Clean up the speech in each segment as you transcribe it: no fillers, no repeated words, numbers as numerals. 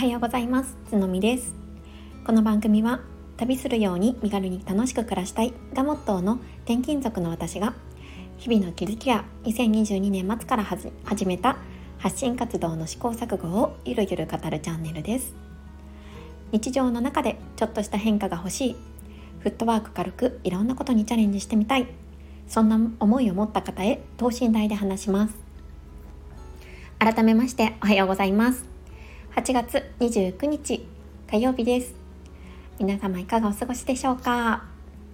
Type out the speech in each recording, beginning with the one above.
はようございます。つのみです。この番組は旅するように身軽に楽しく暮らしたいがモットーの転勤族の私が日々の気づきや2022年末から始めた発信活動の試行錯誤をゆるゆる語るチャンネルです。日常の中でちょっとした変化が欲しい、フットワーク軽くいろんなことにチャレンジしてみたい、そんな思いを持った方へ等身大で話します。改めましておはようございます。8月29日火曜日です。皆様いかがお過ごしでしょうか。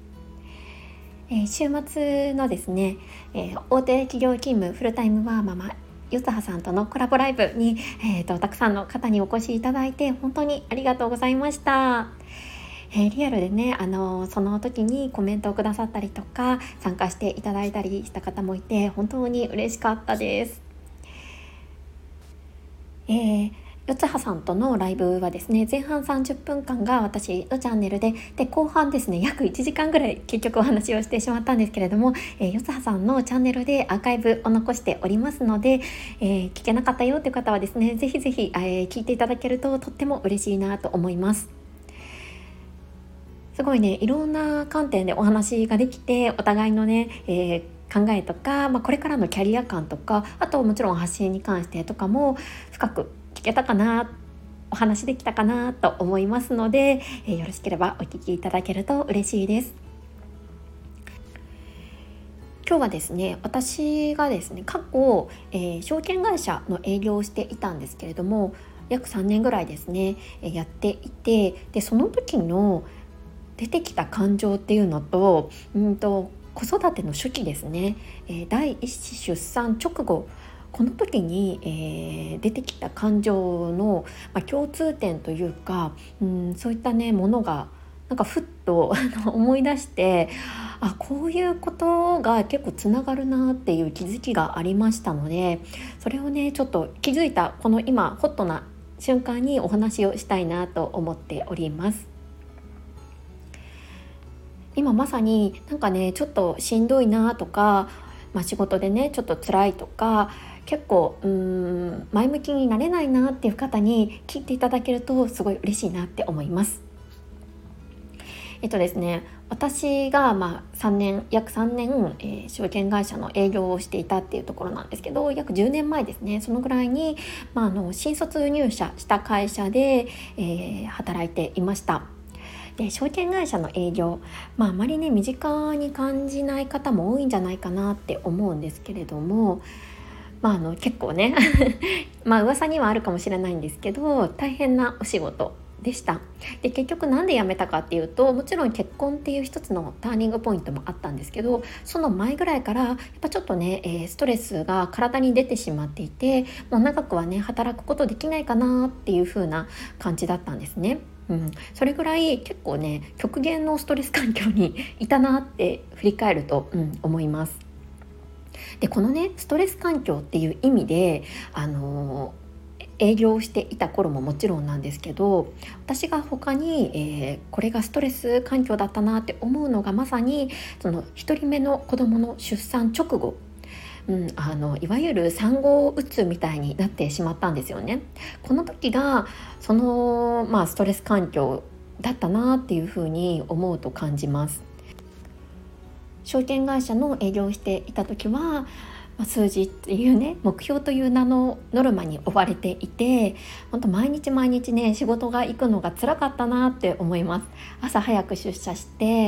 週末のですね、大手企業勤務フルタイムワーママゆずはさんとのコラボライブに、たくさんの方にお越しいただいて本当にありがとうございました。リアルでね、その時にコメントをくださったりとか参加していただいたりした方もいて本当に嬉しかったです。よつはさんとのライブはですね、前半30分間が私のチャンネルで後半ですね、約1時間ぐらい結局お話をしてしまったんですけれども、よつはさんのチャンネルでアーカイブを残しておりますので、聞けなかったよという方はですね、ぜひぜひ、聞いていただけるととっても嬉しいなと思います。すごいね、いろんな観点でお話ができて、お互いのね、考えとか、これからのキャリア感とか、あともちろん発信に関してとかも深く聞けたかな、お話できたかなと思いますので、よろしければお聞きいただけると嬉しいです。今日はですね、私がですね過去、証券会社の営業をしていたんですけれども、約3年ぐらいですね、やっていて、でその時の出てきた感情っていうのと、子育ての初期ですね、第一子出産直後、この時に、出てきた感情の、共通点というか、そういったねものがなんかふっと思い出して、こういうことが結構つながるなっていう気づきがありましたので、それをねちょっと気づいたこの今ホットな瞬間にお話をしたいなと思っております。今まさになんかねちょっとしんどいなとか、仕事でねちょっと辛いとか、結構前向きになれないなっていう方に聞いていただけるとすごい嬉しいなって思います。ですね、私が約3年、証券会社の営業をしていたっていうところなんですけど、約10年前ですね、そのぐらいに、新卒入社した会社で、働いていました。で証券会社の営業、あまりね身近に感じない方も多いんじゃないかなって思うんですけれども、結構ね噂にはあるかもしれないんですけど、大変なお仕事でした。で結局なんで辞めたかっていうと、もちろん結婚っていう一つのターニングポイントもあったんですけど、その前ぐらいからやっぱちょっとね、ストレスが体に出てしまっていて、もう長くはね働くことできないかなっていう風な感じだったんですね。それぐらい結構ね極限のストレス環境にいたなって振り返ると、思います。でこのねストレス環境っていう意味で、営業していた頃ももちろんなんですけど、私が他に、これがストレス環境だったなって思うのが、まさにその一人目の子供の出産直後、いわゆる産後うつみたいになってしまったんですよね。この時がその、ストレス環境だったなっていうふうに思うと感じます。証券会社の営業をしていた時は、数字っていうね目標という名のノルマに追われていて、本当毎日毎日ね仕事が行くのが辛かったなって思います。朝早く出社して、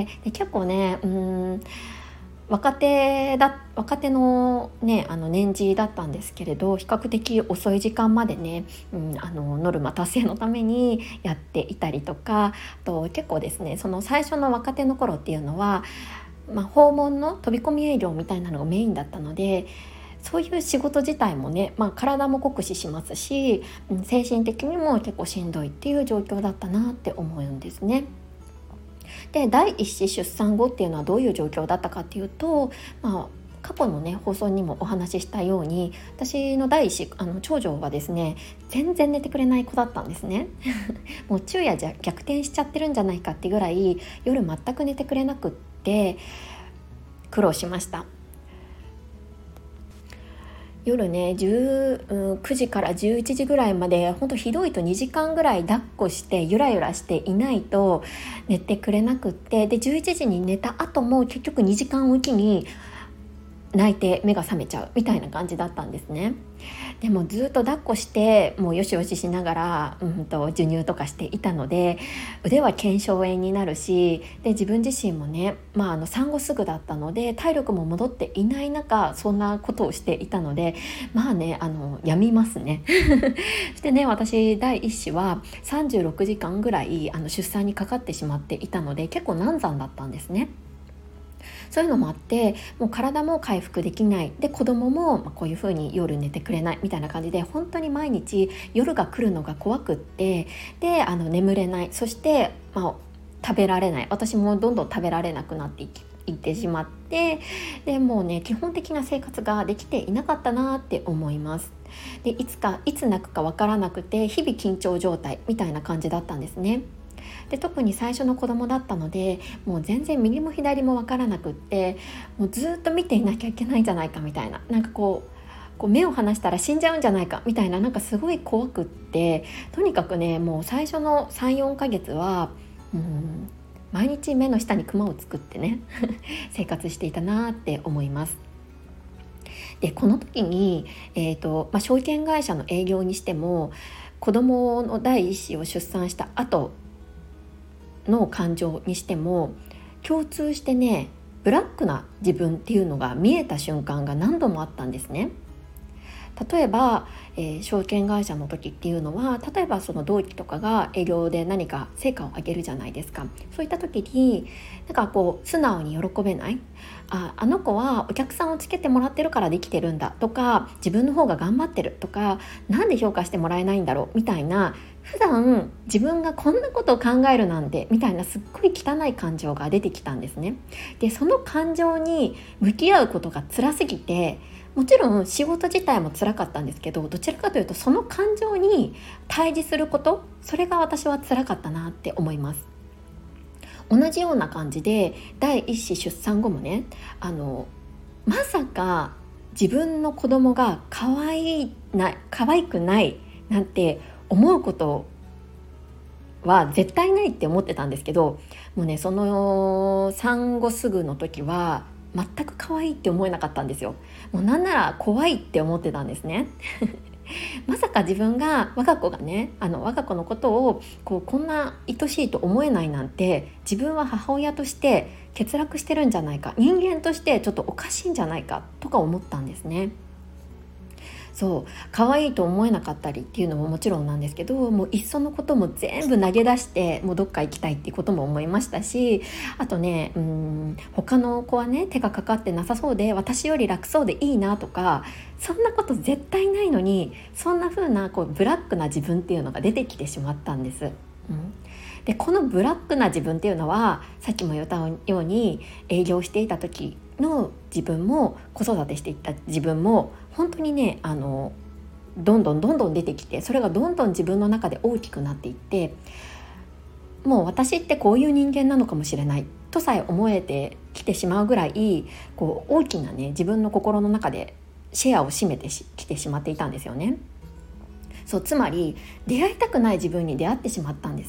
で結構ね若手のね年次だったんですけれど、比較的遅い時間までね、ノルマ達成のためにやっていたりとか、あと結構ですね、その最初の若手の頃っていうのは、訪問の飛び込み営業みたいなのがメインだったので、そういう仕事自体もね、体も酷使しますし、精神的にも結構しんどいっていう状況だったなって思うんですね。で第一子出産後っていうのはどういう状況だったかっていうと、過去のね放送にもお話ししたように、私の第一子長女はですね全然寝てくれない子だったんですねもう昼夜じゃ逆転しちゃってるんじゃないかってぐらい夜全く寝てくれなくって苦労しました。 夜ね9時から11時ぐらいまで本当ひどいと2時間ぐらい抱っこしてゆらゆらしていないと寝てくれなくって、で11時に寝た後も結局2時間おきに泣いて目が覚めちゃうみたいな感じだったんですね。でもずっと抱っこしてもうよしよししながら、授乳とかしていたので腕は腱鞘炎になるし、で自分自身もね、産後すぐだったので体力も戻っていない中そんなことをしていたのでやみますねそしてね、私第一子は36時間ぐらい出産にかかってしまっていたので結構難産だったんですね。そういうのもあって、もう体も回復できない、で子供もこういう風に夜寝てくれないみたいな感じで、本当に毎日夜が来るのが怖くって、で眠れない、そして、食べられない、私もどんどん食べられなくなっていってしまって、でもうね基本的な生活ができていなかったなって思います。でいつ泣くかわからなくて日々緊張状態みたいな感じだったんですね。で特に最初の子供だったのでもう全然右も左も分からなくって、もうずっと見ていなきゃいけないんじゃないかみたいな、こう目を離したら死んじゃうんじゃないかみたいな、すごい怖くって、とにかくねもう最初の 3,4 ヶ月は毎日目の下にクマを作ってね生活していたなって思います。でこの時に、証券会社の営業にしても子供の第一子を出産した後の感情にしても共通してね、ブラックな自分っていうのが見えた瞬間が何度もあったんですね。例えば、証券会社の時っていうのは、例えばその同期とかが営業で何か成果を上げるじゃないですか。そういった時に素直に喜べない、あの子はお客さんをつけてもらってるからできてるんだとか、自分の方が頑張ってるとか、なんで評価してもらえないんだろうみたいな、普段自分がこんなことを考えるなんてみたいなすっごい汚い感情が出てきたんですね。でその感情に向き合うことが辛すぎて、もちろん仕事自体も辛かったんですけど、どちらかというとその感情に対峙すること、それが私は辛かったなって思います。同じような感じで第一子出産後もね、まさか自分の子供が可愛くないなんて思うことは絶対ないって思ってたんですけど、もうねその産後すぐの時は全く可愛いって思えなかったんですよ。もうなんなら怖いって思ってたんですねまさか自分が我が子のことをこんな愛しいと思えないなんて、自分は母親として欠落してるんじゃないか、人間としてちょっとおかしいんじゃないかとか思ったんですね。そう可愛いと思えなかったりっていうのももちろんなんですけど、もういっそのことも全部投げ出してもうどっか行きたいっていうことも思いましたし、あとね他の子はね手がかかってなさそうで私より楽そうでいいなとか、そんなこと絶対ないのに、そんな風なブラックな自分っていうのが出てきてしまったんです。でこのブラックな自分っていうのはさっきも言ったように営業していた時の自分も子育てしていった自分も本当にねどんどん出てきて、それがどんどん自分の中で大きくなっていって、もう私ってこういう人間なのかもしれないとさえ思えてきてしまうぐらい大きなね自分の心の中でシェアを占めてきてしまっていたんですよね。そうつまり出会いたくない自分に出会ってしまったんです。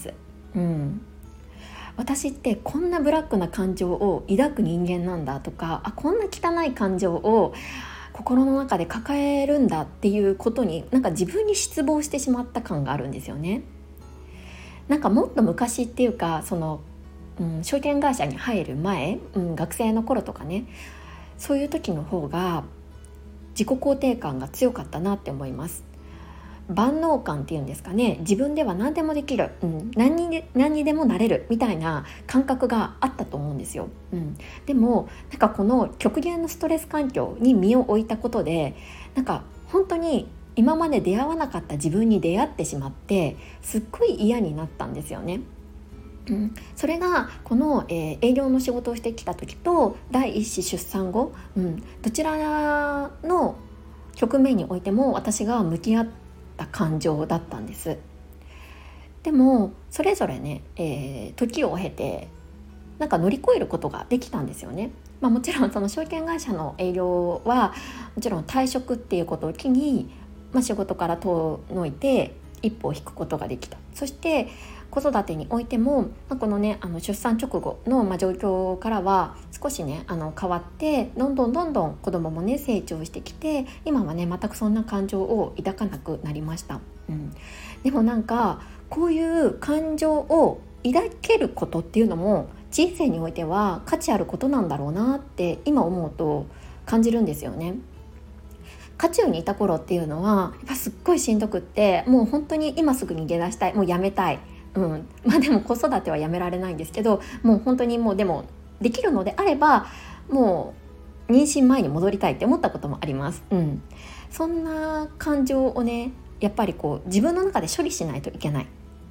私ってこんなブラックな感情を抱く人間なんだとか、こんな汚い感情を心の中で抱えるんだっていうことに自分に失望してしまった感があるんですよね。もっと昔っていうか証券会社に入る前、学生の頃とかね、そういう時の方が自己肯定感が強かったなって思います。万能感っていうんですかね、自分では何でもできる、何にでもなれるみたいな感覚があったと思うんですよ。でもこの極限のストレス環境に身を置いたことで本当に今まで出会わなかった自分に出会ってしまって、すっごい嫌になったんですよね。それがこの、営業の仕事をしてきた時と第一子出産後、どちらの局面においても私が向き合った感情だったんです。でもそれぞれね、時を経て乗り越えることができたんですよね。 もちろんその証券会社の営業はもちろん退職っていうことを機に、仕事から遠のいて一歩を引くことができた。そして子育てにおいても、このね出産直後の状況からは少しね変わって、どんどん子供もね成長してきて、今はね全くそんな感情を抱かなくなりました。でもこういう感情を抱けることっていうのも人生においては価値あることなんだろうなって今思うと感じるんですよね。渦中にいた頃っていうのはやっぱすっごいしんどくって、もう本当に今すぐ逃げ出したい、もうやめたい、でも子育てはやめられないんですけど、もう本当にもうでもできるのであればもう妊娠前に戻りたいって思ったこともあります。そんな感情をねやっぱり自分の中で処理しないといけない、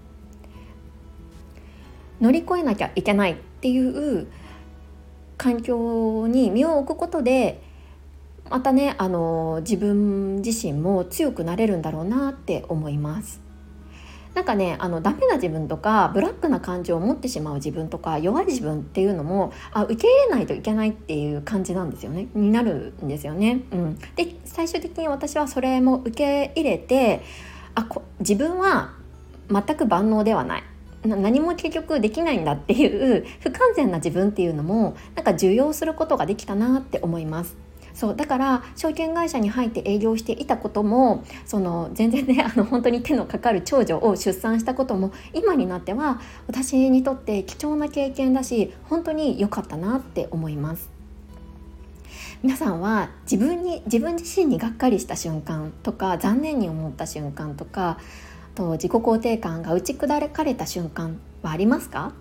乗り越えなきゃいけないっていう環境に身を置くことで、またね自分自身も強くなれるんだろうなって思います。ダメな自分とかブラックな感情を持ってしまう自分とか弱い自分っていうのも受け入れないといけないっていう感じなんですよね、になるんですよね。で最終的に私はそれも受け入れて、自分は全く万能ではない、何も結局できないんだっていう不完全な自分っていうのも受容することができたなって思います。そうだから証券会社に入って営業していたことも、全然ね本当に手のかかる長女を出産したことも今になっては私にとって貴重な経験だし、本当に良かったなって思います。皆さんは自分自身にがっかりした瞬間とか、残念に思った瞬間とか、自己肯定感が打ち砕かれた瞬間はありますか？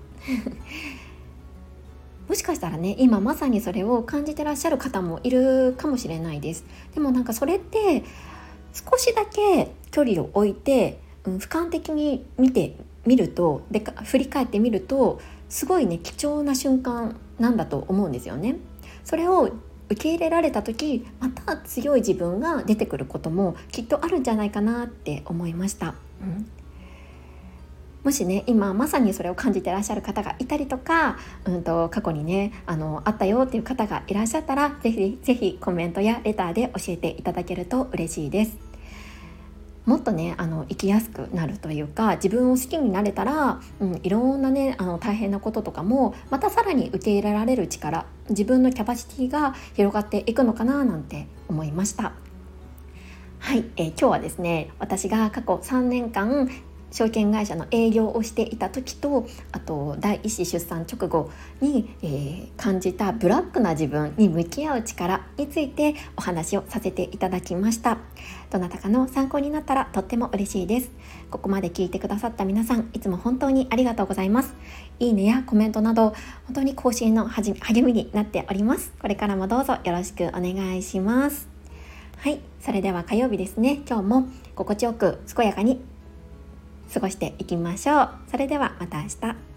もしかしたらね今まさにそれを感じてらっしゃる方もいるかもしれないです。でもそれって少しだけ距離を置いて、俯瞰的に見てみると、振り返ってみるとすごいね貴重な瞬間なんだと思うんですよね。それを受け入れられた時、また強い自分が出てくることもきっとあるんじゃないかなって思いました。もしね今まさにそれを感じてらっしゃる方がいたりとか、過去にねあったよっていう方がいらっしゃったら、ぜひコメントやレターで教えていただけると嬉しいです。もっとね生きやすくなるというか、自分を好きになれたら、いろんなね大変なこととかもまたさらに受け入れられる力、自分のキャパシティが広がっていくのかななんて思いました。はい、今日はですね私が過去3年間証券会社の営業をしていた時と、あと第一子出産直後に、感じたブラックな自分に向き合う力についてお話をさせていただきました。どなたかの参考になったらとっても嬉しいです。ここまで聞いてくださった皆さん、いつも本当にありがとうございます。いいねやコメントなど本当に更新の励みになっております。これからもどうぞよろしくお願いします。はい、それでは火曜日ですね。今日も心地よく健やかに過ごしていきましょう。それではまた明日。